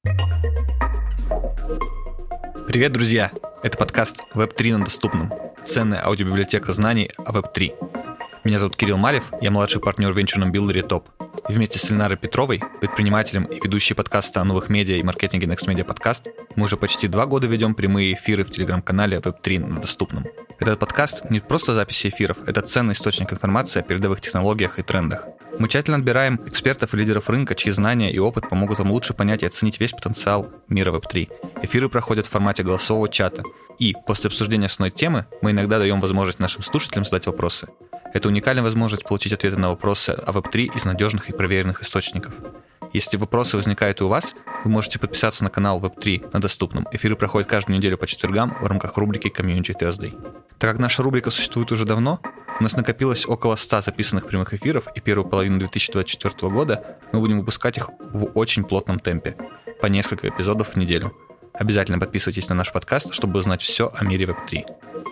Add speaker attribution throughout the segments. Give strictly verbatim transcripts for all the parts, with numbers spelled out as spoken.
Speaker 1: Привет, друзья! Это подкаст веб три на доступном. Ценная аудиобиблиотека знаний о веб три. Меня зовут Кирилл Малев, я младший партнер в венчурном билдере топ. И вместе с Ильнарой Петровой, предпринимателем и ведущей подкаста о новых медиа и маркетинге Next Media Podcast, мы уже почти два года ведем прямые эфиры в телеграм-канале веб три на доступном. Этот подкаст не просто записи эфиров, это ценный источник информации о передовых технологиях и трендах. Мы тщательно отбираем экспертов и лидеров рынка, чьи знания и опыт помогут вам лучше понять и оценить весь потенциал мира веб три. Эфиры проходят в формате голосового чата. И после обсуждения основной темы мы иногда даем возможность нашим слушателям задать вопросы. Это уникальная возможность получить ответы на вопросы о веб три из надежных и проверенных источников. Если вопросы возникают и у вас, вы можете подписаться на канал веб три на доступном. Эфиры проходят каждую неделю по четвергам в рамках рубрики Community Thursday. Так как наша рубрика существует уже давно, у нас накопилось около ста записанных прямых эфиров, и первую половину две тысячи двадцать четвёртого года мы будем выпускать их в очень плотном темпе, по несколько эпизодов в неделю. Обязательно подписывайтесь на наш подкаст, чтобы узнать все о мире веб три.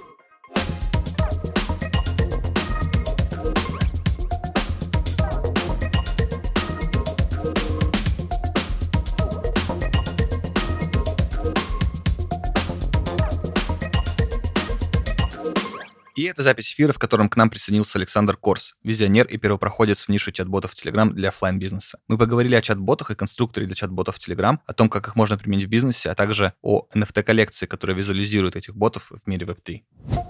Speaker 1: И это запись эфира, в котором к нам присоединился Александр Корс, визионер и первопроходец в нише чат-ботов в Telegram для офлайн-бизнеса. Мы поговорили о чат-ботах и конструкторе для чат-ботов в Telegram, о том, как их можно применить в бизнесе, а также о эн эф ти-коллекции, которая визуализирует этих ботов в мире веб три.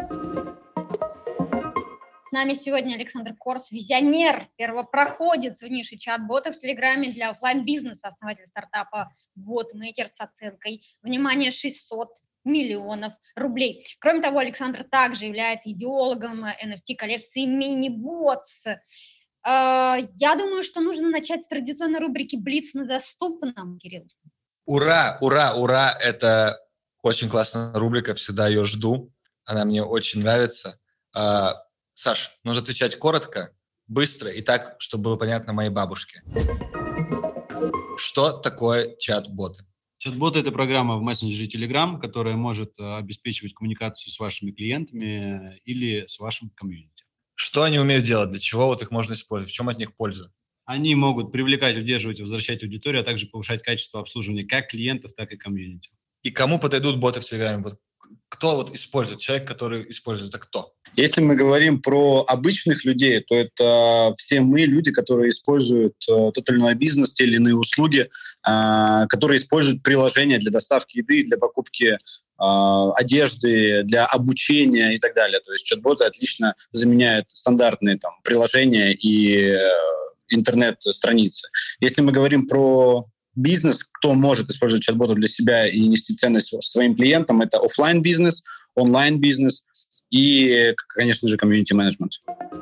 Speaker 2: С нами сегодня Александр Корс, визионер, первопроходец в нише чат-ботов в Телеграме для офлайн-бизнеса, основатель стартапа BotMaker с оценкой, внимание, шестьсот миллионов рублей. Кроме того, Александр также является идеологом эн эф ти-коллекции MiniBots. Я думаю, что нужно начать с традиционной рубрики «Блиц на доступном», Кирилл.
Speaker 3: Ура, ура, ура! Это очень классная рубрика, всегда ее жду. Она мне очень нравится. Саш, нужно отвечать коротко, быстро и так, чтобы было понятно моей бабушке. Что такое чат-боты?
Speaker 4: Чат-бот – это программа в мессенджере Telegram, которая может обеспечивать коммуникацию с вашими клиентами или с вашим комьюнити.
Speaker 3: Что они умеют делать? Для чего вот их можно использовать? В чем от них польза?
Speaker 4: Они могут привлекать, удерживать и возвращать аудиторию, а также повышать качество обслуживания как клиентов, так и комьюнити.
Speaker 3: И кому подойдут боты в Телеграме? Вот кто вот использует? Человек, который использует, это кто?
Speaker 5: Если мы говорим про обычных людей, то это все мы, люди, которые используют тот или иной бизнес, те или иные услуги, которые используют приложения для доставки еды, для покупки одежды, для обучения и так далее. То есть чат-боты отлично заменяют стандартные там, приложения и интернет-страницы. Если мы говорим про бизнес, кто может использовать чат-ботов для себя и нести ценность своим клиентам, это офлайн-бизнес, онлайн-бизнес и, конечно же, комьюнити-менеджмент.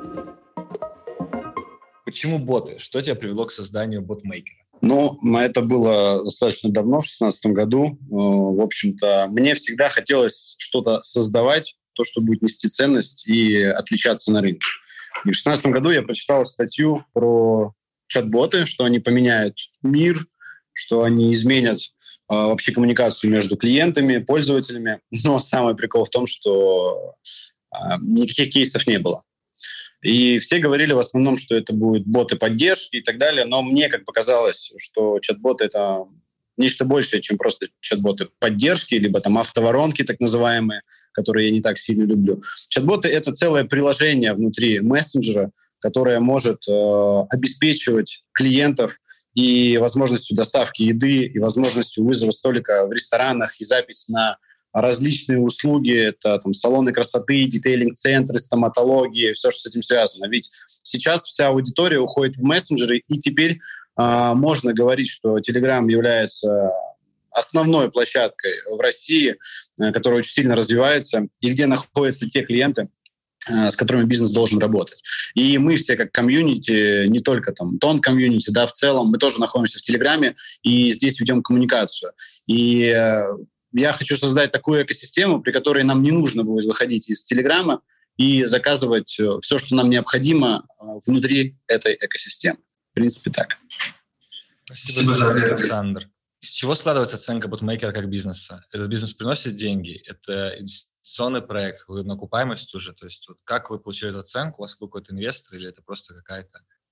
Speaker 3: Почему боты? Что тебя привело к созданию BotMaker?
Speaker 5: Ну, это было достаточно давно, в две тысячи шестнадцатом году. В общем-то, мне всегда хотелось что-то создавать, то, что будет нести ценность и отличаться на рынке. И в две тысячи шестнадцатом году я прочитал статью про чат-боты, что они поменяют мир, что они изменят э, вообще коммуникацию между клиентами, пользователями. Но самый прикол в том, что э, никаких кейсов не было. И все говорили в основном, что это будут боты поддержки и так далее. Но мне как показалось, что чат-боты — это нечто большее, чем просто чат-боты поддержки, либо там автоворонки так называемые, которые я не так сильно люблю. Чат-боты — это целое приложение внутри мессенджера, которое может э, обеспечивать клиентов и возможностью доставки еды, и возможностью вызова столика в ресторанах, и запись на различные услуги. Это там, салоны красоты, детейлинг-центры, стоматология, все, что с этим связано. Ведь сейчас вся аудитория уходит в мессенджеры, и теперь э, можно говорить, что Telegram является основной площадкой в России, э, которая очень сильно развивается, и где находятся те клиенты, с которыми бизнес должен работать. И мы все как комьюнити, не только там тон комьюнити, да, в целом, мы тоже находимся в Телеграме и здесь ведем коммуникацию. И э, я хочу создать такую экосистему, при которой нам не нужно будет выходить из Телеграма и заказывать все, что нам необходимо внутри этой экосистемы. В принципе, так.
Speaker 3: Спасибо, Спасибо за ответ, Александр. Из чего складывается оценка BotMaker как бизнеса? Этот бизнес приносит деньги? Это инвестиционный проект, вы на окупаемость уже, то есть вот как вы получили эту оценку, у вас был какой-то инвестор или это просто какая-то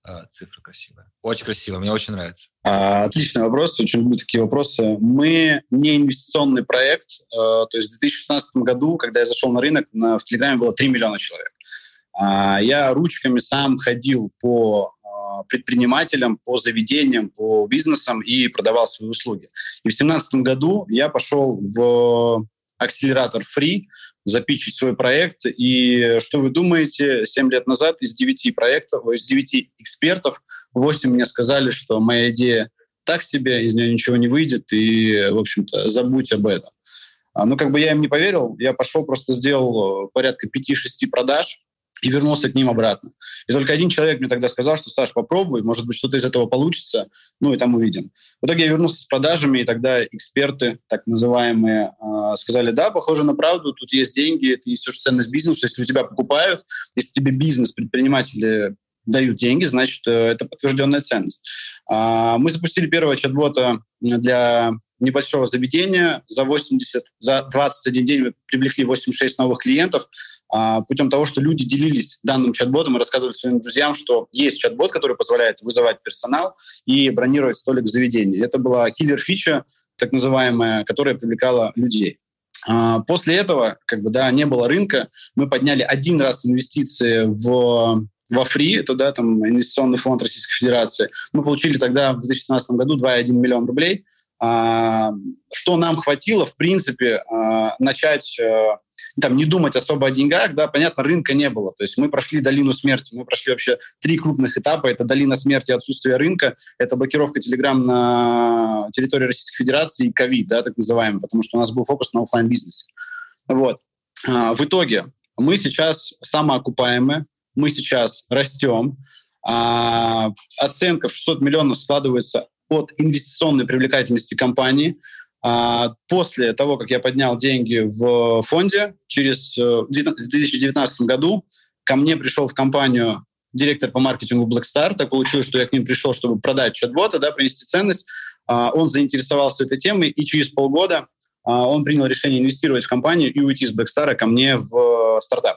Speaker 3: э, цифры красивые. Очень красиво, мне очень нравится.
Speaker 5: А, отличный вопрос, очень любят такие вопросы. Мы не инвестиционный проект, э, то есть в две тысячи шестнадцатом году, когда я зашел на рынок, на, в Телеграме было три миллиона человек. А, я ручками сам ходил по предпринимателям, по заведениям, по бизнесам и продавал свои услуги. И в две тысячи семнадцатом году я пошел в акселератор Free запичить свой проект. И что вы думаете, семь лет назад из девяти проектов, из девяти экспертов, восемь мне сказали, что моя идея так себе, из нее ничего не выйдет, и, в общем-то, забудь об этом. Ну, как бы я им не поверил, я пошел, просто сделал порядка пяти-шести продаж, и вернулся к ним обратно. И только один человек мне тогда сказал, что, Саш, попробуй, может быть, что-то из этого получится, ну и там увидим. В итоге я вернулся с продажами, и тогда эксперты, так называемые, сказали, да, похоже на правду, тут есть деньги, ты несешь ценность бизнесу, если у тебя покупают, если тебе бизнес, предприниматели дают деньги, значит, это подтвержденная ценность. Мы запустили первого чат-бота для небольшого заведения. За восемьдесят, за двадцать один день мы привлекли восемьдесят шесть новых клиентов а, путем того, что люди делились данным чат-ботом и рассказывали своим друзьям, что есть чат-бот, который позволяет вызывать персонал и бронировать столик в заведении. Это была киллер-фича, так называемая, которая привлекала людей. А, после этого, как бы, да, не было рынка. Мы подняли один раз инвестиции в во Free, это, да, там, инвестиционный фонд Российской Федерации. Мы получили тогда в две тысячи шестнадцатом году два целых один десятых миллиона рублей. А, что нам хватило, в принципе, а, начать а, там, не думать особо о деньгах, да, понятно, рынка не было. То есть мы прошли долину смерти, мы прошли вообще три крупных этапа. Это долина смерти, отсутствие рынка, это блокировка Telegram на территории Российской Федерации и ковид, да, так называемый, потому что у нас был фокус на офлайн-бизнесе. Вот. А, в итоге мы сейчас самоокупаемые, мы сейчас растем, а, оценка в шестьсот миллионов складывается от инвестиционной привлекательности компании. А после того, как я поднял деньги в фонде, через, в две тысячи девятнадцатом году ко мне пришел в компанию директор по маркетингу Blackstar. Так получилось, что я к ним пришел, чтобы продать чат-бота, да, принести ценность. А, он заинтересовался этой темой, и через полгода а, он принял решение инвестировать в компанию и уйти с Blackstar ко мне в стартап.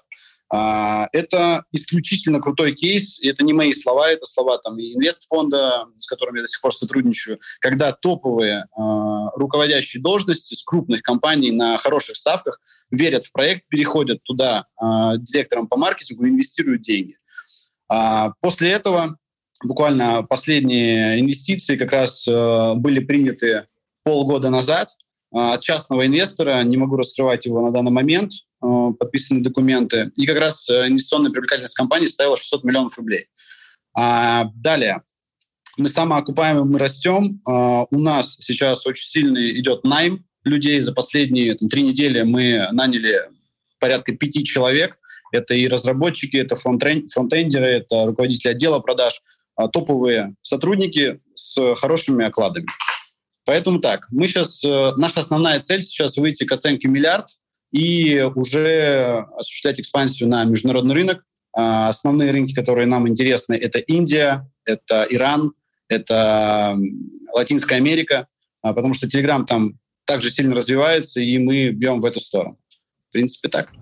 Speaker 5: Это исключительно крутой кейс. Это не мои слова, это слова там, и инвестфонда, с которым я до сих пор сотрудничаю, когда топовые э, руководящие должности с крупных компаний на хороших ставках верят в проект, переходят туда э, директором по маркетингу и инвестируют деньги. А после этого буквально последние инвестиции как раз э, были приняты полгода назад от частного инвестора, не могу раскрывать его на данный момент, подписаны документы, и как раз инвестиционная привлекательность компании составила шестьсот миллионов рублей. А далее, мы самоокупаемые, мы растем, а у нас сейчас очень сильный идет найм людей. За последние там, три недели мы наняли порядка пяти человек. Это и разработчики, это фронтендеры, это руководители отдела продаж, топовые сотрудники с хорошими окладами. Поэтому так, мы сейчас, наша основная цель сейчас выйти к оценке миллиард и уже осуществлять экспансию на международный рынок. А основные рынки, которые нам интересны, это Индия, это Иран, это Латинская Америка, потому что Telegram там также сильно развивается, и мы бьем в эту сторону. В принципе, так.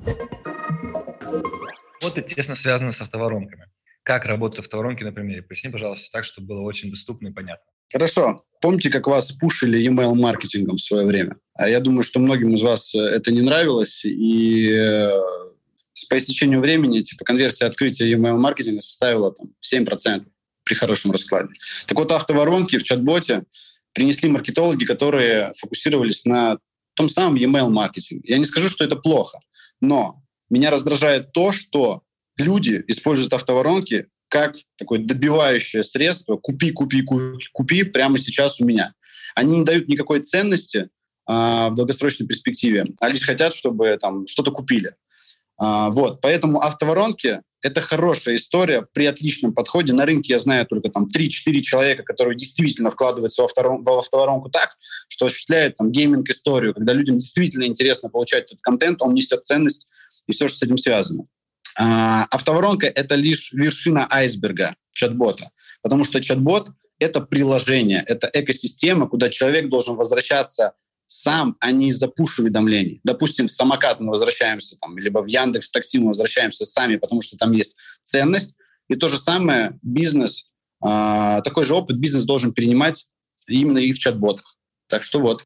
Speaker 1: Вот и тесно связано с автоворонками. Как работают автоворонки на примере? Поясни, пожалуйста, так, чтобы было очень доступно и понятно.
Speaker 5: Хорошо. Помните, как вас пушили email-маркетингом в свое время? А я думаю, что многим из вас это не нравилось, и э, по истечению времени типа, конверсия открытия email-маркетинга составила там, семь процентов при хорошем раскладе. Так вот, автоворонки в чат-боте принесли маркетологи, которые фокусировались на том самом email-маркетинге. Я не скажу, что это плохо, но меня раздражает то, что люди используют автоворонки как такое добивающее средство «купи, купи, купи, купи прямо сейчас у меня». Они не дают никакой ценности а, в долгосрочной перспективе, а лишь хотят, чтобы там, что-то купили. А, вот. Поэтому автоворонки — это хорошая история при отличном подходе. На рынке я знаю только там три-четыре человека, которые действительно вкладываются в, авторон, в автоворонку так, что осуществляют там гейминг-историю, когда людям действительно интересно получать этот контент, он несет ценность и все, что с этим связано. А, автоворонка — это лишь вершина айсберга чат-бота, потому что чат-бот — это приложение, это экосистема, куда человек должен возвращаться сам, а не из-за пуш-уведомлений. Допустим, в самокат мы возвращаемся, там, либо в Яндекс.Такси мы возвращаемся сами, потому что там есть ценность. И то же самое бизнес А, такой же опыт бизнес должен перенимать именно и в чат-ботах. Так что вот.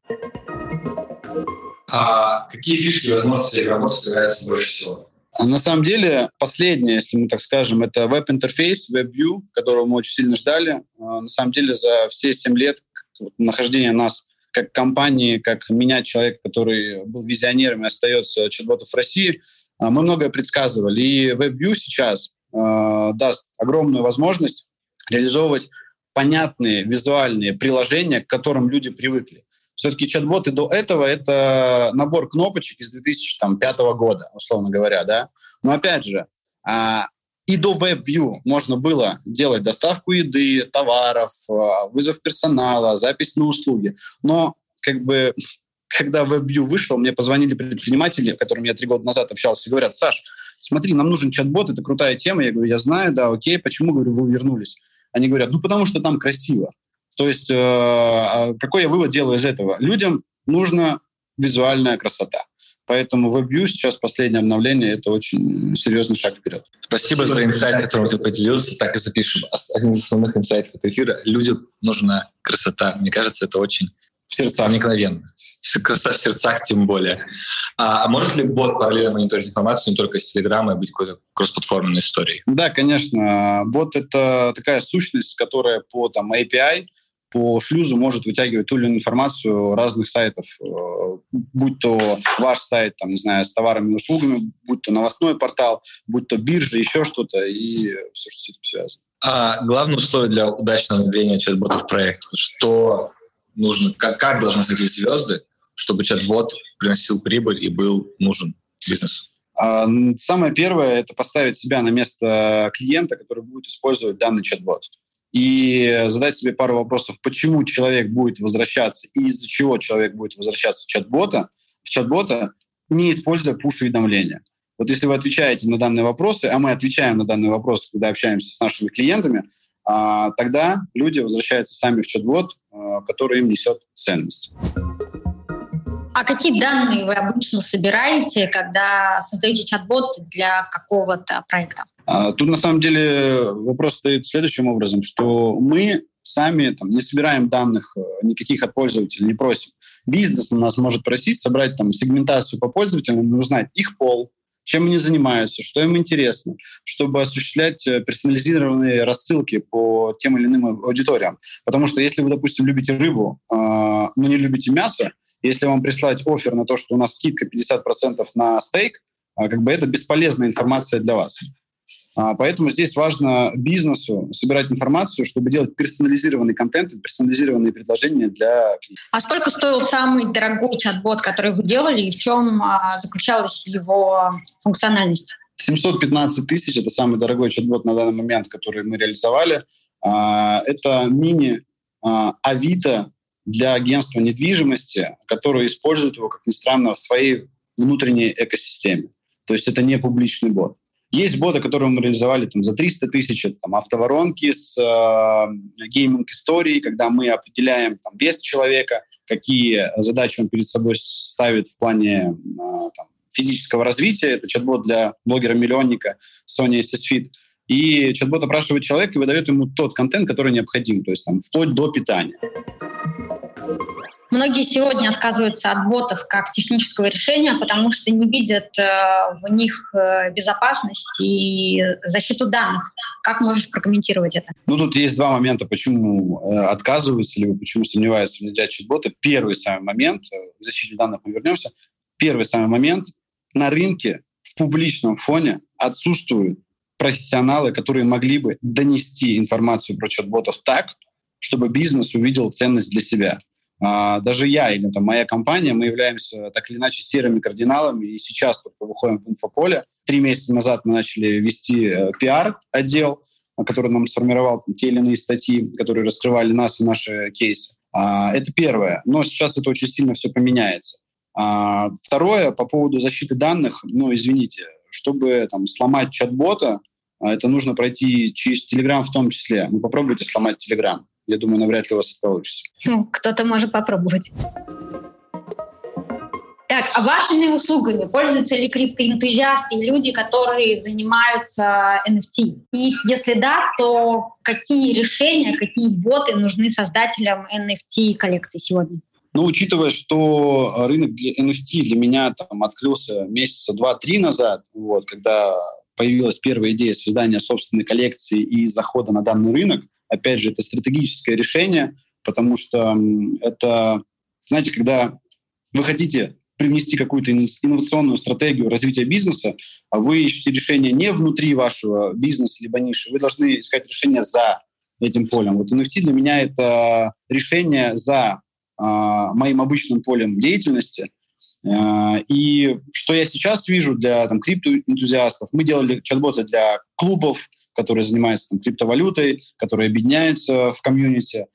Speaker 3: А какие фишки и возможности работы нравятся больше всего?
Speaker 5: На самом деле, последнее, если мы так скажем, это веб-интерфейс, WebView, которого мы очень сильно ждали. На самом деле, за все семь лет нахождения нас как компании, как меня, человек, который был визионером и остается чат-ботов в России, мы многое предсказывали. И WebView сейчас э, даст огромную возможность реализовывать понятные визуальные приложения, к которым люди привыкли. Все-таки чат-боты до этого — это набор кнопочек из две тысячи пятого года, условно говоря, да. Но опять же, а, и до WebView можно было делать доставку еды, товаров, вызов персонала, запись на услуги. Но как бы, когда WebView вышел, мне позвонили предприниматели, с которыми я три года назад общался, и говорят: Саш, смотри, нам нужен чат-бот, это крутая тема. Я говорю: я знаю, да, окей, почему, говорю, вы вернулись? Они говорят: ну, потому что там красиво. То есть э, какой я вывод делаю из этого? Людям нужна визуальная красота. Поэтому WebView сейчас последнее обновление — это очень серьезный шаг вперед.
Speaker 3: Спасибо, Спасибо за инсайт, которым ты поделился. Так и запишем. Один из основных инсайтов этого эфира. Людям нужна красота. Мне кажется, это очень
Speaker 5: в сердцах.
Speaker 3: Проникновенно. Красота в сердцах тем более. А, а может ли бот параллельно мониторить информацию не только из Телеграма и быть какой-то кроссплатформенной историей?
Speaker 5: Да, конечно. Бот — это такая сущность, которая по там, эй пи ай, по шлюзу может вытягивать ту или иную информацию разных сайтов, будь то ваш сайт, там, не знаю, с товарами и услугами, будь то новостной портал, будь то биржа, еще что-то, и все, что с этим связано.
Speaker 3: А главное условие для удачного внедрения чат-бота в проект, что нужно, как, как должны сойти звезды, чтобы чат-бот приносил прибыль и был нужен бизнесу?
Speaker 5: А, самое первое — это поставить себя на место клиента, который будет использовать данный чат-бот. И задать себе пару вопросов, почему человек будет возвращаться и из-за чего человек будет возвращаться в чат-бота, в чат-бота, не используя пуш-уведомления. Вот если вы отвечаете на данные вопросы, а мы отвечаем на данные вопросы, когда общаемся с нашими клиентами, а, тогда люди возвращаются сами в чат-бот, а, который им несет ценность.
Speaker 2: А какие данные вы обычно собираете, когда создаете чат-бот для какого-то проекта?
Speaker 5: Тут на самом деле вопрос стоит следующим образом, что мы сами там, не собираем данных никаких от пользователей, не просим. Бизнес у нас может просить собрать там, сегментацию по пользователям, узнать их пол, чем они занимаются, что им интересно, чтобы осуществлять персонализированные рассылки по тем или иным аудиториям. Потому что если вы, допустим, любите рыбу, но не любите мясо, если вам прислать оффер на то, что у нас скидка пятьдесят процентов на стейк, как бы это бесполезная информация для вас. Поэтому здесь важно бизнесу собирать информацию, чтобы делать персонализированный контент и персонализированные предложения для клиентов.
Speaker 2: А сколько стоил самый дорогой чат-бот, который вы делали, и в чем а, заключалась его функциональность?
Speaker 5: семьсот пятнадцать тысяч — это самый дорогой чат-бот на данный момент, который мы реализовали. Это мини-авито для агентства недвижимости, которое использует его, как ни странно, в своей внутренней экосистеме. То есть это не публичный бот. Есть боты, которые мы реализовали там, за триста тысяч, там, автоворонки с э, гейминг-историей, когда мы определяем там, вес человека, какие задачи он перед собой ставит в плане э, там, физического развития. Это чат-бот для блогера-миллионника Sony эс эс Fit. И чат-бот опрашивает человека и выдает ему тот контент, который необходим, то есть там, вплоть до питания.
Speaker 2: Многие сегодня отказываются от ботов как технического решения, потому что не видят э, в них э, безопасность и защиту данных. Как можешь прокомментировать это?
Speaker 5: Ну, тут есть два момента, почему э, отказываются, либо почему сомневаются внедрять чат-боты. Первый самый момент, э, к защите данных мы вернемся, первый самый момент, на рынке в публичном фоне отсутствуют профессионалы, которые могли бы донести информацию про чат-ботов так, чтобы бизнес увидел ценность для себя. А, даже я или там, моя компания, мы являемся так или иначе серыми кардиналами, и сейчас только выходим в инфополе. Три месяца назад мы начали вести э, пиар-отдел, который нам сформировал там, те или иные статьи, которые раскрывали нас и наши кейсы. А, это первое. Но сейчас это очень сильно все поменяется. А, второе, по поводу защиты данных, ну, извините, чтобы там, сломать чат-бота, это нужно пройти через Telegram в том числе. Ну, попробуйте сломать Telegram. Я думаю, навряд ли у вас это получится.
Speaker 2: Ну, кто-то может попробовать. Так, а вашими услугами пользуются ли криптоэнтузиасты и люди, которые занимаются эн эф ти? И если да, то какие решения, какие боты нужны создателям эн эф ти-коллекции сегодня?
Speaker 5: Ну, учитывая, что рынок для эн эф ти для меня там открылся месяца два-три назад, вот, когда появилась первая идея создания собственной коллекции и захода на данный рынок, опять же, это стратегическое решение, потому что это, знаете, когда вы хотите привнести какую-то инновационную стратегию развития бизнеса, а вы ищете решение не внутри вашего бизнеса либо ниши, вы должны искать решение за этим полем. Вот эн эф ти для меня это решение за э, моим обычным полем деятельности. Э, и что я сейчас вижу для там, криптоэнтузиастов, мы делали чат-боты для клубов, которые занимаются там, криптовалютой, которые объединяются в комьюнити.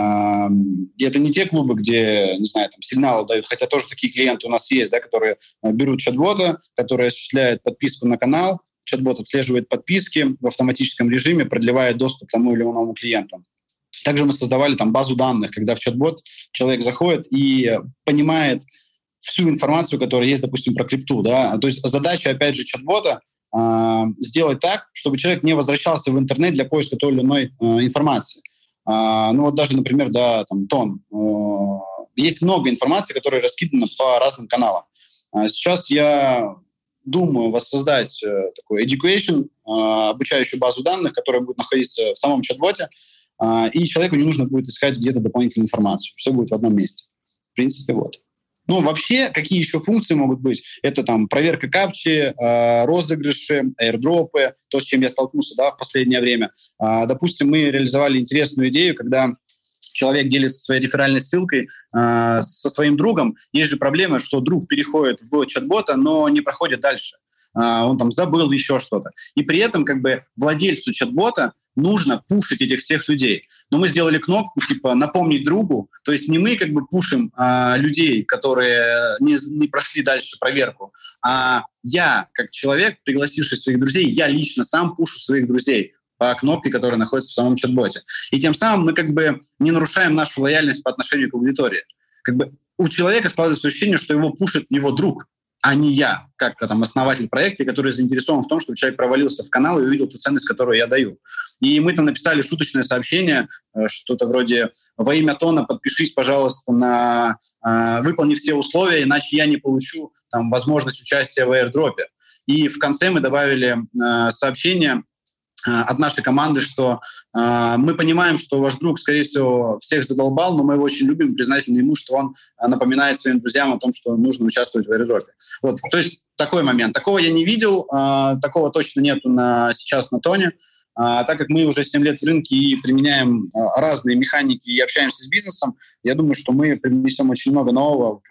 Speaker 5: И это не те клубы, где, не знаю, там сигналы дают, хотя тоже такие клиенты у нас есть, да, которые берут чат-бота, которые осуществляют подписку на канал, чат-бот отслеживает подписки в автоматическом режиме, продлевает доступ тому или иному клиенту. Также мы создавали там базу данных, когда в чат-бот человек заходит и понимает всю информацию, которая есть, допустим, про крипту. Да? То есть задача, опять же, чат-бота э, сделать так, чтобы человек не возвращался в интернет для поиска той или иной э, информации. Uh, ну вот даже, например, да, там, тон. Uh, есть много информации, которая раскидана по разным каналам. Uh, сейчас я думаю воссоздать uh, такой education, uh, обучающую базу данных, которая будет находиться в самом чат-боте, uh, и человеку не нужно будет искать где-то дополнительную информацию. Все будет в одном месте. В принципе, вот. Ну, вообще, какие еще функции могут быть? Это там проверка капчи, э, розыгрыши, airdropы, то, с чем я столкнулся, да, в последнее время. Э, допустим, мы реализовали интересную идею, когда человек делится своей реферальной ссылкой э, со своим другом. Есть же проблема, что друг переходит в чат-бота, но не проходит дальше. Э, он там забыл еще что-то. И при этом как бы владельцу чат-бота нужно пушить этих всех людей. Но мы сделали кнопку типа «напомнить другу», то есть не мы как бы пушим а, людей, которые не, не прошли дальше проверку, а я, как человек, пригласивший своих друзей, я лично сам пушу своих друзей по кнопке, которая находится в самом чат-боте. И тем самым мы как бы не нарушаем нашу лояльность по отношению к аудитории. Как бы у человека складывается ощущение, что его пушит его друг, а не я, как там, основатель проекта, который заинтересован в том, чтобы человек провалился в канал и увидел ту ценность, которую я даю. И мы там написали шуточное сообщение, что-то вроде «Во имя тона подпишись, пожалуйста, на э, выполни все условия, иначе я не получу там, возможность участия в airdropе». И в конце мы добавили э, сообщение от нашей команды, что э, мы понимаем, что ваш друг, скорее всего, всех задолбал, но мы его очень любим, признательны ему, что он э, напоминает своим друзьям о том, что нужно участвовать в airdropе. Вот, то есть такой момент. Такого я не видел, э, такого точно нету на, сейчас на Тоне. А так как мы уже семь лет в рынке и применяем а, разные механики и общаемся с бизнесом, я думаю, что мы принесем очень много нового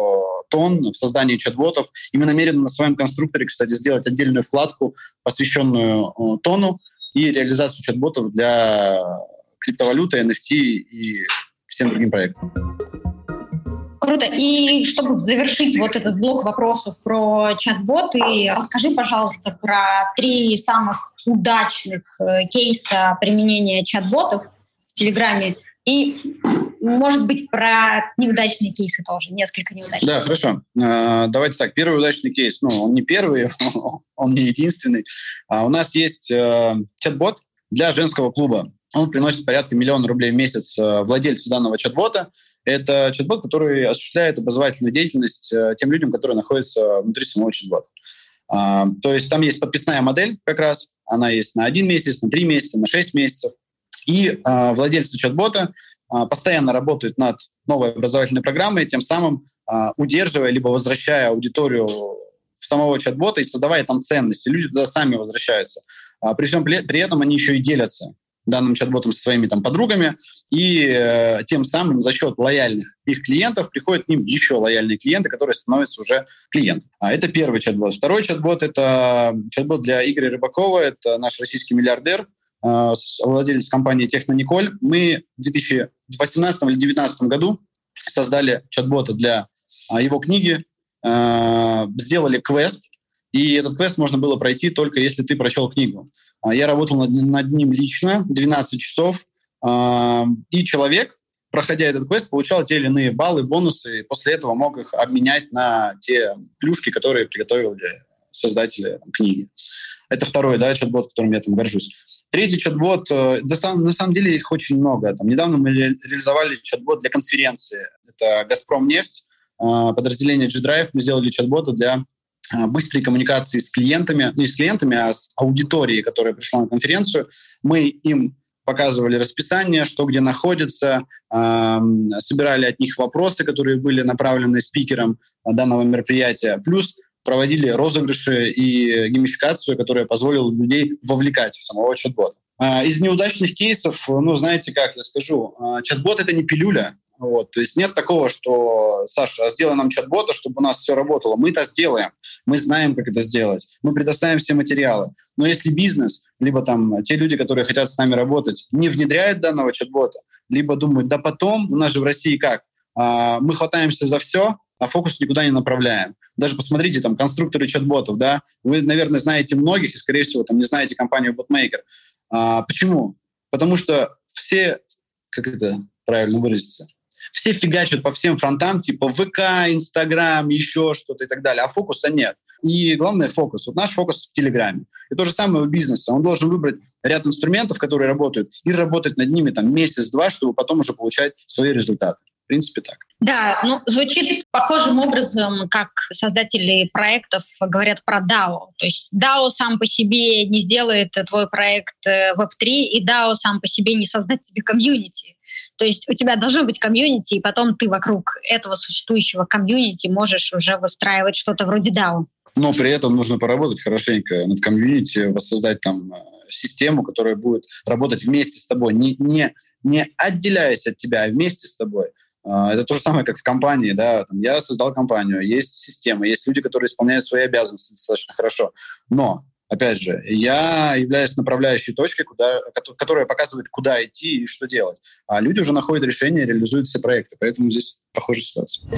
Speaker 5: в Тон, в создании чат-ботов. И мы намерены на своем конструкторе, кстати, сделать отдельную вкладку, посвященную а, Тону и реализацию чат-ботов для криптовалюты, эн эф ти и всем другим проектам.
Speaker 2: Круто. И чтобы завершить вот этот блок вопросов про чат-боты, расскажи, пожалуйста, про три самых удачных э, кейса применения чат-ботов в Телеграме и, может быть, про неудачные кейсы тоже, несколько неудачных.
Speaker 5: Да, хорошо. Э, давайте так. Первый удачный кейс, ну, он не первый, он не единственный. А у нас есть э, чат-бот для женского клуба. Он приносит порядка миллиона рублей в месяц владельцу данного чат-бота. Это чат-бот, который осуществляет образовательную деятельность тем людям, которые находятся внутри самого чат-бота. А, то есть там есть подписная модель как раз. Она есть на один месяц, на три месяца, на шесть месяцев. И а, владельцы чат-бота а, постоянно работают над новой образовательной программой, тем самым а, удерживая либо возвращая аудиторию в самого чат-бота и создавая там ценности. Люди туда сами возвращаются. А, при всем при этом они еще и делятся данным чат-ботом со своими там подругами, и э, тем самым за счет лояльных их клиентов приходят к ним еще лояльные клиенты, которые становятся уже клиентами. А это первый чат-бот. Второй чат-бот — это чат-бот для Игоря Рыбакова, это наш российский миллиардер, э, владелец компании «Технониколь». Мы в две тысячи восемнадцатом или две тысячи девятнадцатом году создали чат-бота для э, его книги, э, сделали квест, и этот квест можно было пройти только если ты прочел книгу. Я работал над, над ним лично двенадцать часов, и человек проходя этот квест, получал те или иные баллы, бонусы, и после этого мог их обменять на те плюшки, которые приготовили создатели там, книги. Это второй, да, чат-бот, которым я там горжусь. Третий чат-бот, э, на самом деле их очень много. Там, недавно мы ре- реализовали чат-бот для конференции. Это «Газпромнефть», э, подразделение G-Drive. Мы сделали чат-бота для э, быстрой коммуникации с клиентами, не с клиентами, а с аудиторией, которая пришла на конференцию. Мы им показывали расписание, что где находится, э, собирали от них вопросы, которые были направлены спикерам данного мероприятия. Плюс проводили розыгрыши и геймификацию, которая позволила людей вовлекать в самого чат-бота. Из неудачных кейсов, ну, знаете как, я скажу, чат-бот — это не пилюля. Вот. То есть нет такого, что, Саша, сделай нам чат-бота, чтобы у нас все работало. Мы это сделаем. Мы знаем, как это сделать. Мы предоставим все материалы. Но если бизнес, либо там те люди, которые хотят с нами работать, не внедряют данного чат-бота, либо думают, да потом, у нас же в России как? Мы хватаемся за все, а фокус никуда не направляем. Даже посмотрите, там, конструкторы чат-ботов, да, вы, наверное, знаете многих и, скорее всего, там, не знаете компанию BotMaker. А, почему? Потому что все, как это правильно выразиться, все фигачат по всем фронтам, типа ВК, Инстаграм, еще что-то и так далее, а фокуса нет. И главное — фокус. Вот наш фокус в Телеграме. И то же самое у бизнеса. Он должен выбрать ряд инструментов, которые работают, и работать над ними там месяц-два, чтобы потом уже получать свои результаты. В принципе, так.
Speaker 2: Да, ну, звучит похожим образом, как создатели проектов говорят про дао. То есть дао сам по себе не сделает твой проект веб три, и дао сам по себе не создаст тебе комьюнити. То есть у тебя должно быть комьюнити, и потом ты вокруг этого существующего комьюнити можешь уже выстраивать что-то вроде дао.
Speaker 5: Но при этом нужно поработать хорошенько над комьюнити, воссоздать там систему, которая будет работать вместе с тобой, не, не, не отделяясь от тебя, а вместе с тобой. Это то же самое, как в компании. Да? Там, я создал компанию, есть система, есть люди, которые исполняют свои обязанности достаточно хорошо. Но, опять же, я являюсь направляющей точкой, куда, которая показывает, куда идти и что делать. А люди уже находят решения, реализуют все проекты. Поэтому здесь похожая ситуация.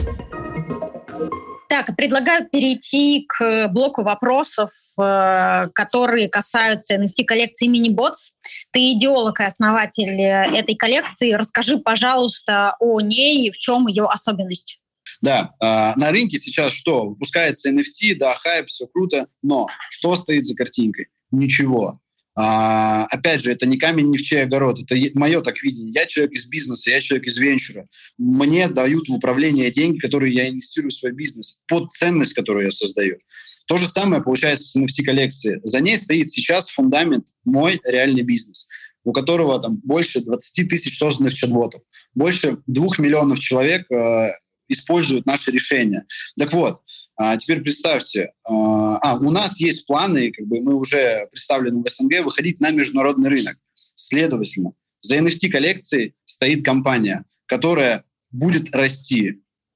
Speaker 2: Так, предлагаю перейти к блоку вопросов, которые касаются эн эф ти-коллекции Minibots. Ты идеолог и основатель этой коллекции. Расскажи, пожалуйста, о ней и в чем ее особенность.
Speaker 5: Да, на рынке сейчас что? Выпускается эн эф ти, да, хайп, все круто, но что стоит за картинкой? Ничего. А, опять же, это не камень ни в чей огород, это мое так видение. Я человек из бизнеса, я человек из венчура. Мне дают в управление деньги, которые я инвестирую в свой бизнес, под ценность, которую я создаю. То же самое получается с эн эф ти-коллекцией. За ней стоит сейчас фундамент мой реальный бизнес, у которого там больше двадцать тысяч созданных чат-ботов, больше двух миллионов человек э, используют наши решения. Так вот, А теперь представьте, а, у нас есть планы, как бы мы уже представлены в эс эн гэ, выходить на международный рынок. Следовательно, за эн эф ти-коллекцией стоит компания, которая будет расти.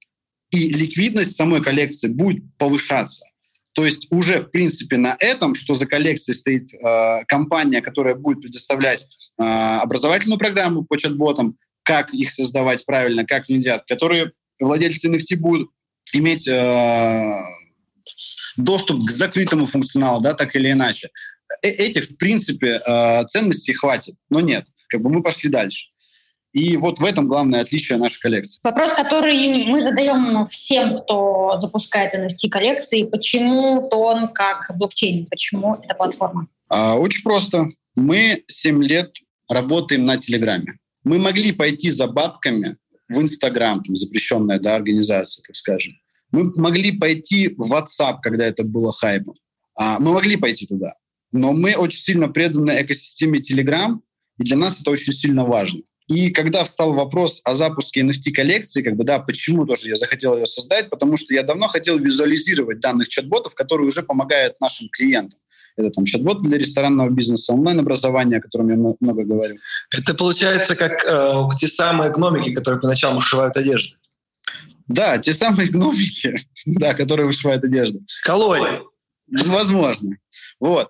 Speaker 5: И ликвидность самой коллекции будет повышаться. То есть уже, в принципе, на этом, что за коллекцией стоит э, компания, которая будет предоставлять э, образовательную программу по чат-ботам, как их создавать правильно, как внедрять, которые владельцы эн эф ти будут иметь э, доступ к закрытому функционалу, да, так или иначе. Э- этих, в принципе, э, ценностей хватит, но нет. Как бы мы пошли дальше. И вот в этом главное отличие нашей коллекции.
Speaker 2: Вопрос, который мы задаем всем, кто запускает эн эф ти-коллекции. Почему тон как блокчейн? Почему эта платформа?
Speaker 5: А, очень просто. Мы семь лет работаем на Телеграме. Мы могли пойти за бабками в Инстаграм, там, запрещенная, да, организация, так скажем. Мы могли пойти в WhatsApp, когда это было хайпом. А, мы могли пойти туда. Но мы очень сильно преданы экосистеме Telegram, и для нас это очень сильно важно. И когда встал вопрос о запуске эн эф ти-коллекции, как бы, да, почему тоже я захотел ее создать, потому что я давно хотел визуализировать данных чат-ботов, которые уже помогают нашим клиентам. Это там чат-бот для ресторанного бизнеса, онлайн-образование, о котором я много говорю.
Speaker 3: Это получается как э, те самые гномики, которые поначалу вышивают одежду.
Speaker 5: Да, те самые гномики, да, которые вышивают одежду.
Speaker 3: Колонии.
Speaker 5: Возможно. Вот.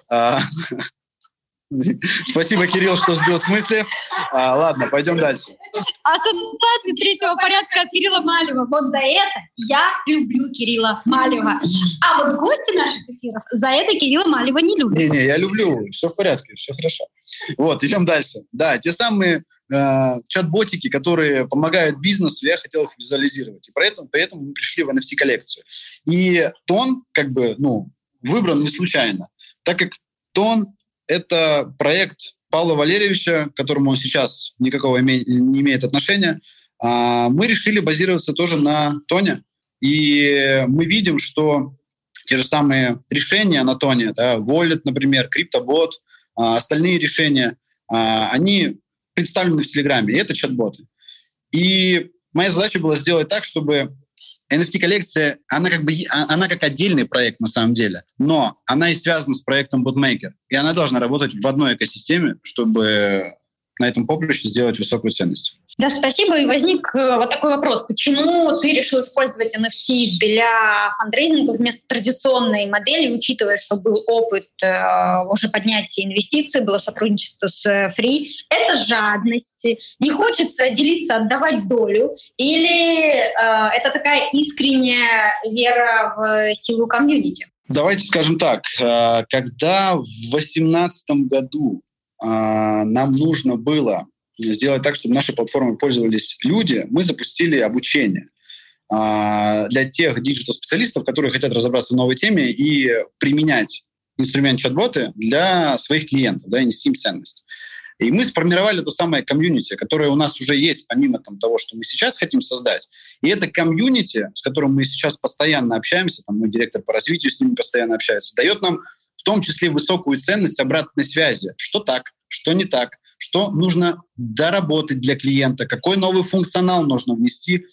Speaker 5: Спасибо, Кирилл, что сбил с мысли. А, ладно, пойдем дальше.
Speaker 2: Ассоциация третьего порядка от Кирилла Малева. Вот за это я люблю Кирилла Малева. А вот гости наших эфиров за это Кирилла Малева не любят.
Speaker 5: Не-не, я люблю. Все в порядке, все хорошо. Вот, идем дальше. Да, те самые э, чат-ботики, которые помогают бизнесу, я хотел их визуализировать. И поэтому, поэтому мы пришли в эн эф ти-коллекцию. И тон, как бы, ну, выбран не случайно, так как тон — это проект Павла Валерьевича, к которому он сейчас никакого име- не имеет отношения. А мы решили базироваться тоже на тоне. И мы видим, что те же самые решения на тоне, да, Wallet, например, CryptoBot, а, остальные решения, а, они представлены в Телеграме, и это чат-боты. И моя задача была сделать так, чтобы эн эф ти-коллекция, она как бы она как отдельный проект на самом деле, но она и связана с проектом BotMaker, и она должна работать в одной экосистеме, чтобы на этом поприще сделать высокую ценность.
Speaker 2: Да, спасибо. И возник вот такой вопрос. Почему ты решил использовать эн эф ти для фандрейзинга вместо традиционной модели, учитывая, что был опыт э, уже поднятия инвестиций, было сотрудничество с Free? Это жадность. Не хочется делиться, отдавать долю? Или э, это такая искренняя вера в силу комьюнити?
Speaker 5: Давайте скажем так. Когда в две тысячи восемнадцатом году нам нужно было сделать так, чтобы нашей платформой пользовались люди, мы запустили обучение для тех диджитал-специалистов, которые хотят разобраться в новой теме и применять инструмент чат-боты для своих клиентов, да, и нести им ценность. И мы сформировали то самое комьюнити, которое у нас уже есть, помимо там, того, что мы сейчас хотим создать. И это комьюнити, с которым мы сейчас постоянно общаемся, там, мой директор по развитию с ними постоянно общается, дает нам в том числе высокую ценность обратной связи. Что так, что не так, что нужно доработать для клиента, какой новый функционал нужно внести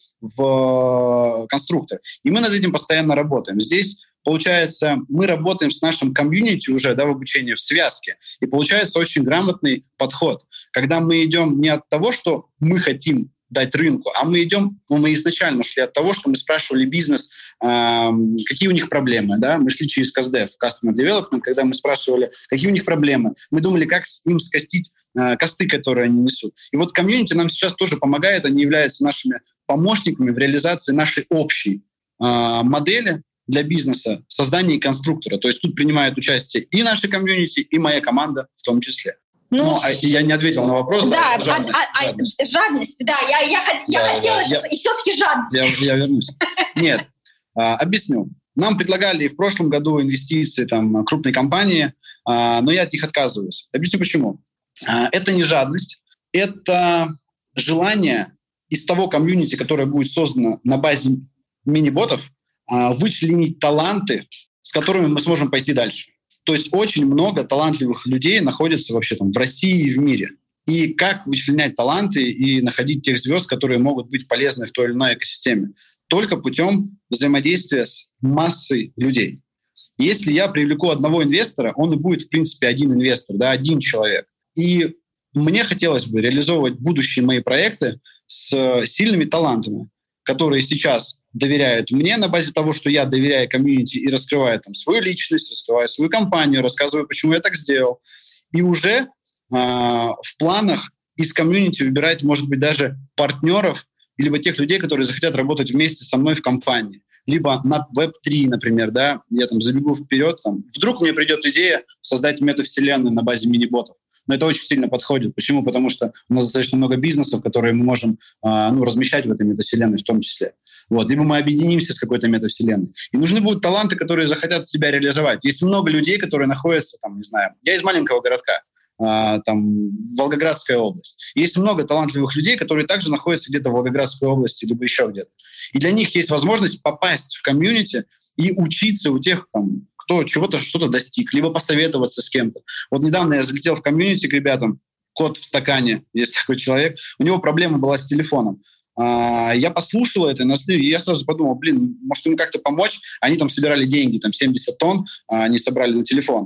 Speaker 5: в конструктор. И мы над этим постоянно работаем. Здесь, получается, мы работаем с нашим комьюнити уже, да, в обучении в связке. И получается очень грамотный подход, когда мы идем не от того, что мы хотим дать рынку, а мы идем, ну, мы изначально шли от того, что мы спрашивали бизнес, э, какие у них проблемы, да, мы шли через КастДев, Customer Development, когда мы спрашивали, какие у них проблемы, мы думали, как им скостить э, косты, которые они несут. И вот комьюнити нам сейчас тоже помогает, они являются нашими помощниками в реализации нашей общей э, модели для бизнеса, в создании конструктора. То есть тут принимает участие и наша комьюнити, и моя команда в том числе. Ну, ну, а я не ответил на вопрос.
Speaker 2: Да,
Speaker 5: да, жадность,
Speaker 2: а, а, жадность. жадность, да, я, я, я да, хотела да, сейчас, я, и все-таки жадность.
Speaker 5: Я, я вернусь. Нет, а, объясню. Нам предлагали и в прошлом году инвестиции там, крупной компании, а, но я от них отказываюсь. Объясню почему. А, это не жадность, это желание из того комьюнити, которое будет создано на базе мини-ботов, а, вычленить таланты, с которыми мы сможем пойти дальше. То есть очень много талантливых людей находится вообще там в России и в мире. И как вычленять таланты и находить тех звезд, которые могут быть полезны в той или иной экосистеме? Только путем взаимодействия с массой людей. Если я привлеку одного инвестора, он и будет, в принципе, один инвестор, да, один человек. И мне хотелось бы реализовывать будущие мои проекты с сильными талантами, которые сейчас доверяют мне на базе того, что я доверяю комьюнити и раскрываю там свою личность, раскрываю свою компанию, рассказываю, почему я так сделал. И уже э, в планах из комьюнити выбирать, может быть, даже партнеров, либо тех людей, которые захотят работать вместе со мной в компании. Либо на веб три, например, да, я там забегу вперед, там, вдруг мне придет идея создать метавселенную на базе мини-ботов. Но это очень сильно подходит. Почему? Потому что у нас достаточно много бизнесов, которые мы можем э, ну, размещать в этой метавселенной в том числе. Вот. Либо мы объединимся с какой-то метавселенной. И нужны будут таланты, которые захотят себя реализовать. Есть много людей, которые находятся, там, не знаю, я из маленького городка, э, там, Волгоградская область. Есть много талантливых людей, которые также находятся где-то в Волгоградской области, либо еще где-то. И для них есть возможность попасть в комьюнити и учиться у тех, там, кто чего-то, что-то достиг, либо посоветоваться с кем-то. Вот недавно я залетел в комьюнити к ребятам, кот в стакане, есть такой человек, у него проблема была с телефоном. А, я послушал это, и я сразу подумал, блин, может ему как-то помочь? Они там собирали деньги, там семьдесят тонн а, они собрали на телефон.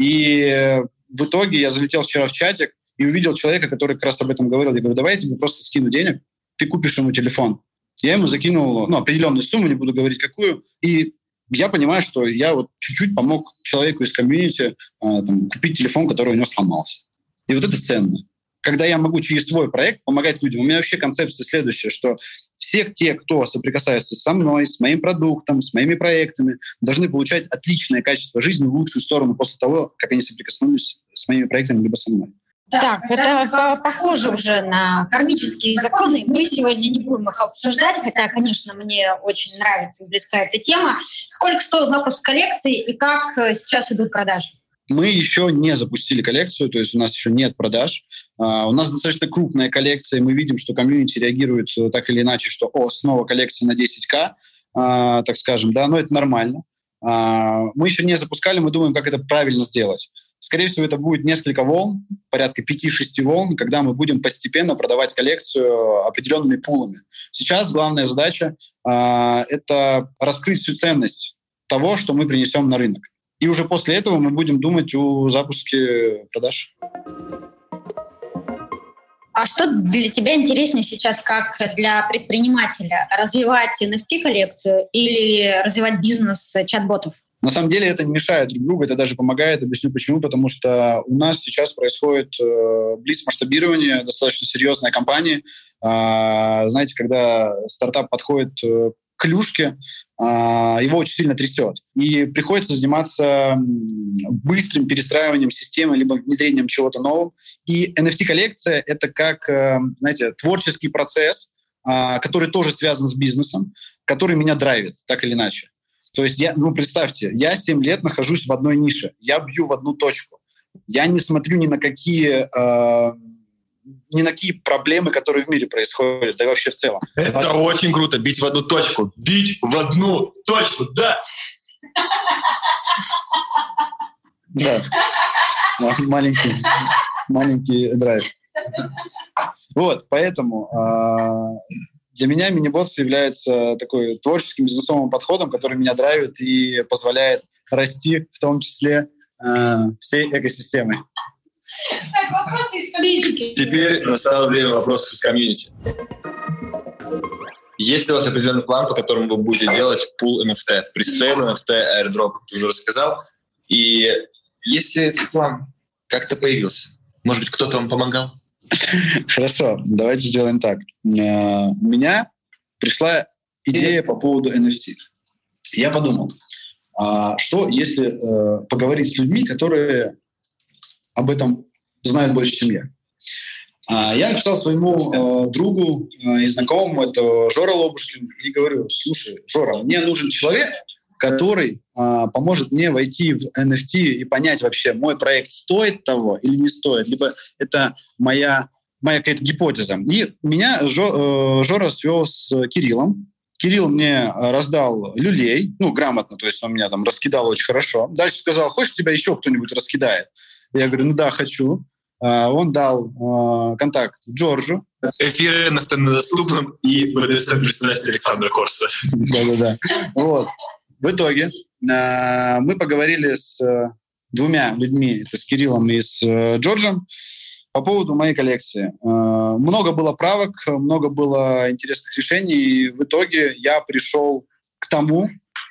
Speaker 5: И в итоге я залетел вчера в чатик и увидел человека, который как раз об этом говорил. Я говорю, давай я тебе просто скину денег, ты купишь ему телефон. Я ему закинул ну, определенную сумму, не буду говорить какую, и я понимаю, что я вот чуть-чуть помог человеку из комьюнити а, там, купить телефон, который у него сломался. И вот это ценно. Когда я могу через свой проект помогать людям. У меня вообще концепция следующая, что все те, кто соприкасается со мной, с моим продуктом, с моими проектами, должны получать отличное качество жизни в лучшую сторону после того, как они соприкоснулись с моими проектами либо со мной.
Speaker 2: Так, это похоже уже на кармические законы. Мы сегодня не будем их обсуждать, хотя, конечно, мне очень нравится и близка эта тема. Сколько стоил запуск коллекции и как сейчас идут продажи?
Speaker 5: Мы еще не запустили коллекцию, то есть у нас еще нет продаж. Uh, у нас достаточно крупная коллекция, и мы видим, что комьюнити реагирует так или иначе, что «О, снова коллекция на десять тысяч», uh, так скажем, да, но это нормально. Uh, мы еще не запускали, мы думаем, как это правильно сделать. Скорее всего, это будет несколько волн, порядка пяти-шести волн, когда мы будем постепенно продавать коллекцию определенными пулами. Сейчас главная задача uh, – это раскрыть всю ценность того, что мы принесем на рынок. И уже после этого мы будем думать о запуске продаж.
Speaker 2: А что для тебя интереснее сейчас, как для предпринимателя? Развивать эн эф ти-коллекцию или развивать бизнес чат-ботов?
Speaker 5: На самом деле это не мешает друг другу, это даже помогает. Объясню почему. Потому что у нас сейчас происходит э, близ масштабирования, достаточно серьезная компания. Э, знаете, когда стартап подходит э, к клюшке, э, его очень сильно трясет. И приходится заниматься быстрым перестраиванием системы, либо внедрением чего-то нового. И эн эф ти-коллекция — это как, э, знаете, творческий процесс, э, который тоже связан с бизнесом, который меня драйвит, так или иначе. То есть, я, ну, представьте, я семь лет нахожусь в одной нише, я бью в одну точку. Я не смотрю ни на какие, э, ни на какие проблемы, которые в мире происходят, да и вообще в целом.
Speaker 3: Это
Speaker 5: а...
Speaker 3: очень круто, бить в одну точку. Бить в одну точку, да!
Speaker 5: Да, маленький, маленький драйв. Вот, поэтому... Для меня мини-босс является такой творческим бизнесовым подходом, который меня драйвит и позволяет расти, в том числе э, всей экосистемой.
Speaker 2: Так, вопросы из политики.
Speaker 3: Теперь настало время вопросов из комьюнити. Есть ли у вас определенный план, по которому вы будете делать пул эн эф ти, пресейл эн эф ти, airdrop, ты уже рассказал? И если этот план как-то появился, может быть, кто-то вам помогал?
Speaker 5: Хорошо, давайте сделаем так. У меня пришла идея по поводу эн эф ти. Я подумал, что если поговорить с людьми, которые об этом знают больше, чем я. Я написал своему другу и знакомому, это Жора Лобушкин, и говорю: слушай, Жора, мне нужен человек, который а, поможет мне войти в эн эф ти и понять вообще, мой проект стоит того или не стоит, либо это моя, моя какая-то гипотеза. И меня Жо, э, Жора свел с Кириллом. Кирилл мне раздал люлей, ну, грамотно, то есть он меня там раскидал очень хорошо. Дальше сказал: хочешь, тебя еще кто-нибудь раскидает? Я говорю: ну да, хочу. А, он дал а, контакт Джорджу.
Speaker 3: Эфир эн эф ти недоступным и бэ дэ эс эм-председатель Александра Корса.
Speaker 5: Да-да-да. Вот. В итоге э, мы поговорили с э, двумя людьми, это с Кириллом и с э, Джорджем, по поводу моей коллекции. Э, много было правок, много было интересных решений, и в итоге я пришел к тому,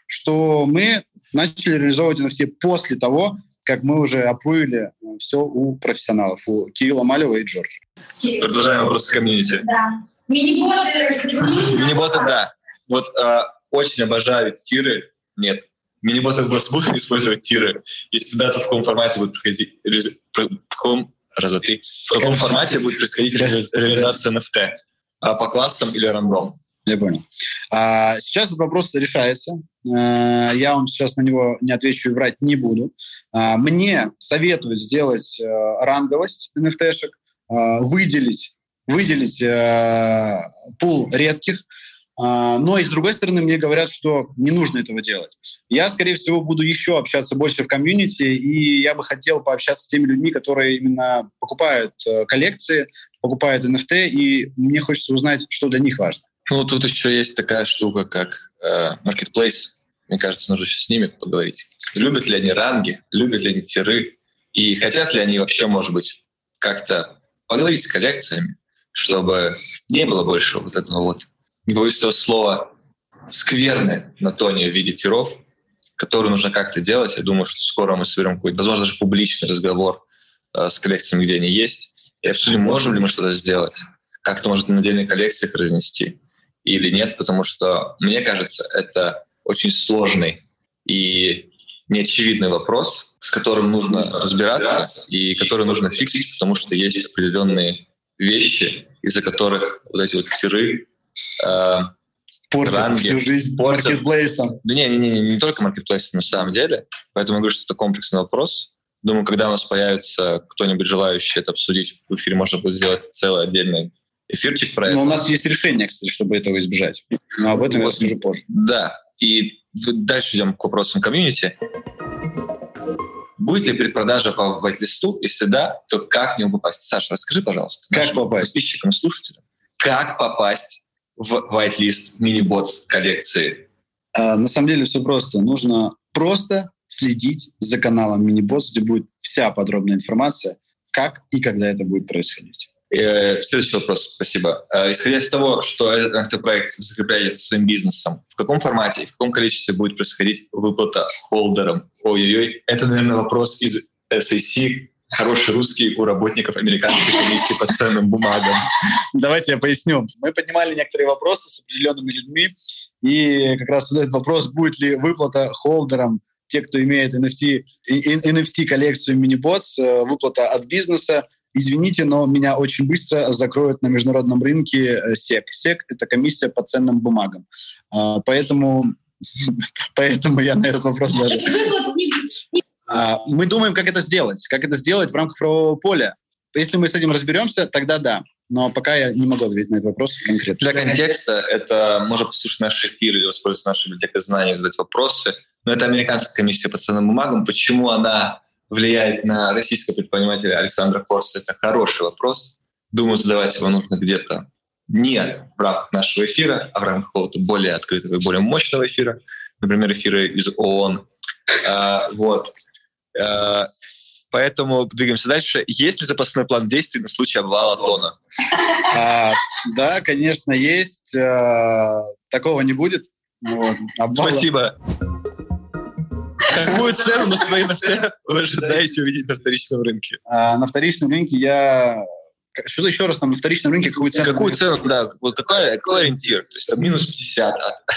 Speaker 5: что мы начали реализовывать эн эф ти после того, как мы уже опруили все у профессионалов, у Кирилла Малева и Джорджа.
Speaker 3: Продолжаем вопрос с комьюнити.
Speaker 2: Да. Мини-боты.
Speaker 3: Мини-боты, да. Вот э, очень обожаю тиры. Нет. Мини-боты будут использовать тиры. Если да, то в каком формате будет происходить... В каком... Раз, два, три. В каком формате будет происходить реализация эн эф ти? А по классам или рандом?
Speaker 5: Я понял. А, сейчас этот вопрос решается. А, я вам сейчас на него не отвечу и врать не буду. А, мне советуют сделать а, ранговость эн эф ти-шек, а, выделить, выделить а, пул редких. А, но и с другой стороны мне говорят, что не нужно этого делать. Я, скорее всего, буду еще общаться больше в комьюнити, и я бы хотел пообщаться с теми людьми, которые именно покупают а, коллекции, покупают эн эф ти, и мне хочется узнать, что для них важно.
Speaker 3: Ну, тут еще есть такая штука, как э, Marketplace. Мне кажется, нужно еще с ними поговорить. Любят ли они ранги, любят ли они тиры, и хотят ли они вообще, может быть, как-то поговорить с коллекциями, чтобы не было больше вот этого вот, не боюсь этого слова, скверны на тоне в виде тиров, которые нужно как-то делать. Я думаю, что скоро мы соберем какой-то, возможно, даже публичный разговор э, с коллекциями, где они есть, и обсудим, можем ли мы что-то сделать, как-то, может, на отдельных коллекциях разнести или нет, потому что, мне кажется, это очень сложный и неочевидный вопрос, с которым нужно разбираться и который нужно фиксить, потому что есть определенные вещи, из-за которых вот эти вот тиры э,
Speaker 5: портят
Speaker 3: ранги,
Speaker 5: всю жизнь
Speaker 3: портят.
Speaker 5: маркетплейсом.
Speaker 3: Да не, не, не, не только маркетплейсом на самом деле. Поэтому я говорю, что это комплексный вопрос. Думаю, когда у нас появится кто-нибудь желающий это обсудить, в эфире можно будет сделать целый отдельный эфирчик про это.
Speaker 5: Но у нас есть решение, кстати, чтобы этого избежать. Но об этом вот. Я расскажу позже.
Speaker 3: Да. И дальше идем к вопросам комьюнити. Будет ли предпродажа по вайт-листу? Если да, то как в него попасть? Саша, расскажи, пожалуйста,
Speaker 5: как попасть?
Speaker 3: Подписчикам и слушателям, как попасть в вайт-лист мини-ботс коллекции?
Speaker 5: А, на самом деле все просто. Нужно просто следить за каналом мини-ботс, где будет вся подробная информация, как и когда это будет происходить.
Speaker 3: Следующий вопрос, спасибо. Исходя из того, что этот автопроект вы закрепляете со своим бизнесом, в каком формате и в каком количестве будет происходить выплата холдерам? Ой-ой-ой, это, наверное, вопрос из эс ай си, хороший русский у работников американской комиссии по ценным бумагам.
Speaker 5: Давайте я поясню. Мы поднимали некоторые вопросы с определенными людьми, и как раз вот этот вопрос, будет ли выплата холдерам, те, кто имеет эн эф ти, эн эф ти-коллекцию мини-ботс, выплата от бизнеса. Извините, но меня очень быстро закроют на международном рынке сек. сек — это комиссия по ценным бумагам. Поэтому, поэтому я на этот вопрос даже... Мы думаем, как это сделать. Как это сделать в рамках правового поля. Если мы с этим разберемся, тогда да. Но пока я не могу ответить на этот вопрос конкретно.
Speaker 3: Для контекста, это можно послушать наш эфир или воспользоваться нашей библиотекой знаний и задать вопросы. Но это американская комиссия по ценным бумагам. Почему она влияет на российского предпринимателя Александра Корса? Это хороший вопрос. Думаю, задавать его нужно где-то не в рамках нашего эфира, а в рамках какого-то более открытого и более мощного эфира. Например, эфиры из ООН. А, вот. А, поэтому двигаемся дальше. Есть ли запасной план действий на случай обвала тона?
Speaker 5: А, да, конечно, есть. А, такого не будет. Вот. Обвала... Спасибо.
Speaker 3: Какую цену на свои эн эф ти вы ожидаете увидеть на вторичном рынке?
Speaker 5: А, на вторичном рынке я... Что-то еще раз, там, на вторичном рынке какую цену?
Speaker 3: Какую цену, да. Вот какой, какой ориентир? То есть там минус пятьдесят,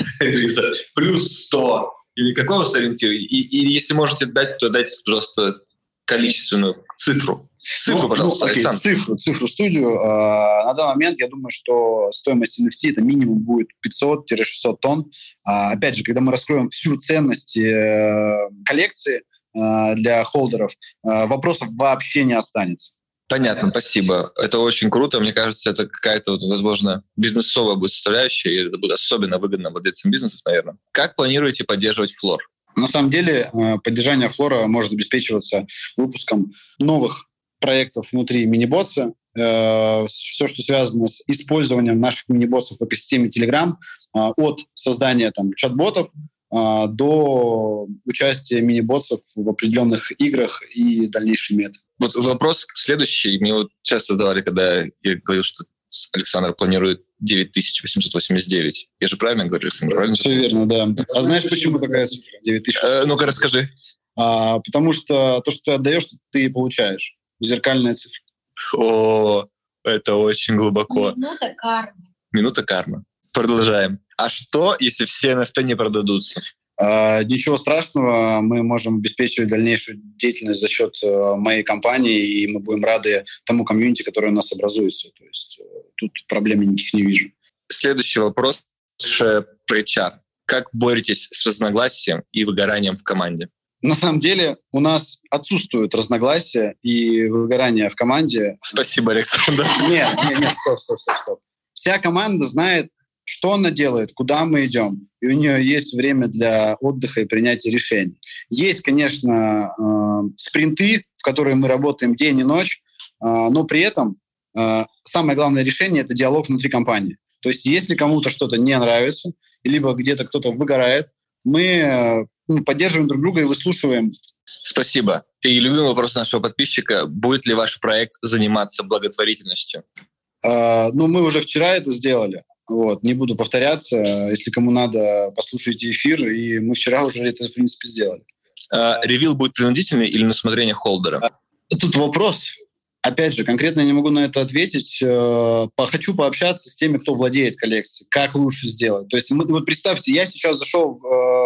Speaker 3: плюс сто. Или какой у вас ориентир? И, и если можете дать, то дайте, пожалуйста, количественную цифру. Цифру, ну, пожалуйста,
Speaker 5: ну, окей, цифру, цифру студию. А, на данный момент я думаю, что стоимость эн эф ти это минимум будет пятьсот-шестьсот тонн. А, опять же, когда мы раскроем всю ценность э, коллекции э, для холдеров, э, вопросов вообще не останется.
Speaker 3: Понятно, спасибо. Это очень круто. Мне кажется, это какая-то, вот, возможно, бизнесовая будет составляющая, и это будет особенно выгодно владельцам бизнесов, наверное. Как планируете поддерживать флор?
Speaker 5: На самом деле, поддержание флора может обеспечиваться выпуском новых проектов внутри мини-ботса. Все, что связано с использованием наших мини-боссов в экосистеме Telegram, от создания там, чат-ботов до участия мини-ботсов в определенных играх и дальнейший метод.
Speaker 3: Вот вопрос следующий. Мне вот часто задавали, когда я говорил, что Александр планирует девять тысяч восемьсот восемьдесят девять. Я же правильно говорю, Александр? Правильно?
Speaker 5: Все верно, да. А знаешь, почему такая цифра? девять тысяч?
Speaker 3: Э, ну-ка, расскажи.
Speaker 5: А, потому что то, что ты отдаешь, ты и получаешь. Зеркальная цифра.
Speaker 3: О, это очень глубоко.
Speaker 2: Минута кармы.
Speaker 3: Минута кармы. Продолжаем. А что, если все эн эф ти не продадутся?
Speaker 5: Uh, ничего страшного, мы можем обеспечивать дальнейшую деятельность за счет uh, моей компании, и мы будем рады тому комьюнити, которое у нас образуется. То есть uh, тут проблем никаких не вижу.
Speaker 3: Следующий вопрос про эйч ар. Как боретесь с разногласием и выгоранием в команде?
Speaker 5: На самом деле у нас отсутствуют разногласия и выгорание в команде.
Speaker 3: Спасибо, Александр.
Speaker 5: Нет, нет, нет, стоп, стоп, стоп, стоп. Вся команда знает, что она делает, куда мы идем. И у нее есть время для отдыха и принятия решений. Есть, конечно, э, спринты, в которые мы работаем день и ночь, э, но при этом э, самое главное решение — это диалог внутри компании. То есть если кому-то что-то не нравится, либо где-то кто-то выгорает, мы э, ну, поддерживаем друг друга и выслушиваем.
Speaker 3: Спасибо. И любимый вопрос нашего подписчика. Будет ли ваш проект заниматься благотворительностью?
Speaker 5: Э, ну, мы уже вчера это сделали. Вот, не буду повторяться. Если кому надо, послушайте эфир, и мы вчера уже это, в принципе, сделали.
Speaker 3: А, ревил будет принудительный или на усмотрение холдера?
Speaker 5: Тут вопрос. Опять же, конкретно я не могу на это ответить. Хочу пообщаться с теми, кто владеет коллекцией. Как лучше сделать? То есть, мы, вот представьте, я сейчас зашел в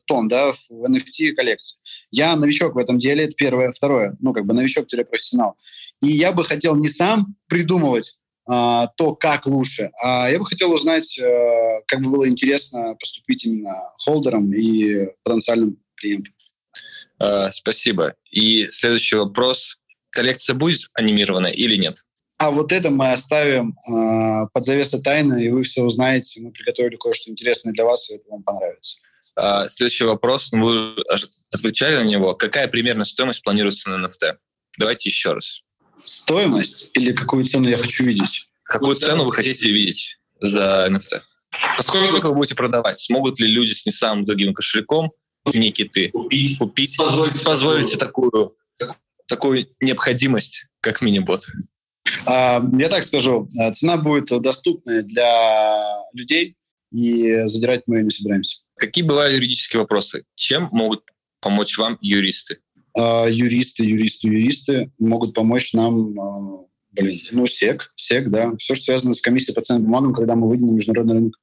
Speaker 5: тонн, да, в эн эф ти-коллекции. Я новичок в этом деле, это первое. Второе, ну, как бы новичок-профессионал. И я бы хотел не сам придумывать а, то, как лучше, а я бы хотел узнать, а, как бы было интересно поступить именно холдером и потенциальным клиентам.
Speaker 3: А, спасибо. И следующий вопрос. Коллекция будет анимирована или нет?
Speaker 5: А вот это мы оставим э, под завесой тайны, и вы все узнаете. Мы приготовили кое-что интересное для вас, и это вам понравится.
Speaker 3: А, следующий вопрос. Вы отвечали на него. Какая примерно стоимость планируется на эн эф ти? Давайте еще раз.
Speaker 5: Стоимость или какую цену я хочу видеть?
Speaker 3: Какую цену вы хотите видеть за эн эф ти? Поскольку вы будете продавать, смогут ли люди с не самым дорогим кошельком не киты купить, купить позволите, позволите такую, такую необходимость, как мини-бот?
Speaker 5: Я так скажу, цена будет доступная для людей, и задирать мы не собираемся.
Speaker 3: Какие бывают юридические вопросы? Чем могут помочь вам юристы?
Speaker 5: Юристы, юристы, юристы могут помочь нам, блин, ну, сек, сек, да. Все, что связано с комиссией по ценным бумагам, когда мы выйдем на международный рынок.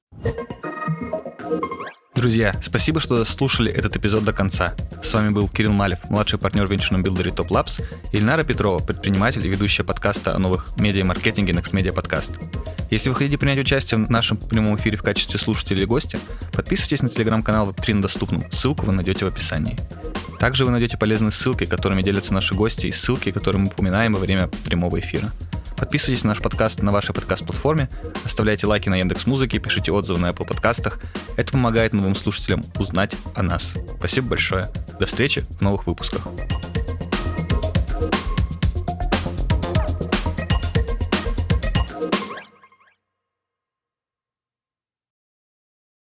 Speaker 1: Друзья, спасибо, что слушали этот эпизод до конца. С вами был Кирилл Малев, младший партнер в венчурном билдере Top Labs, и Ильнара Петрова, предприниматель и ведущая подкаста о новых медиа-маркетинге Next Media Podcast. Если вы хотите принять участие в нашем прямом эфире в качестве слушателя или гостя, подписывайтесь на телеграм-канал веб три на доступном. Ссылку вы найдете в описании. Также вы найдете полезные ссылки, которыми делятся наши гости, и ссылки, которые мы упоминаем во время прямого эфира. Подписывайтесь на наш подкаст на вашей подкаст-платформе, оставляйте лайки на Яндекс.Музыке, пишите отзывы на Apple подкастах. Это помогает новым слушателям узнать о нас. Спасибо большое. До встречи в новых выпусках.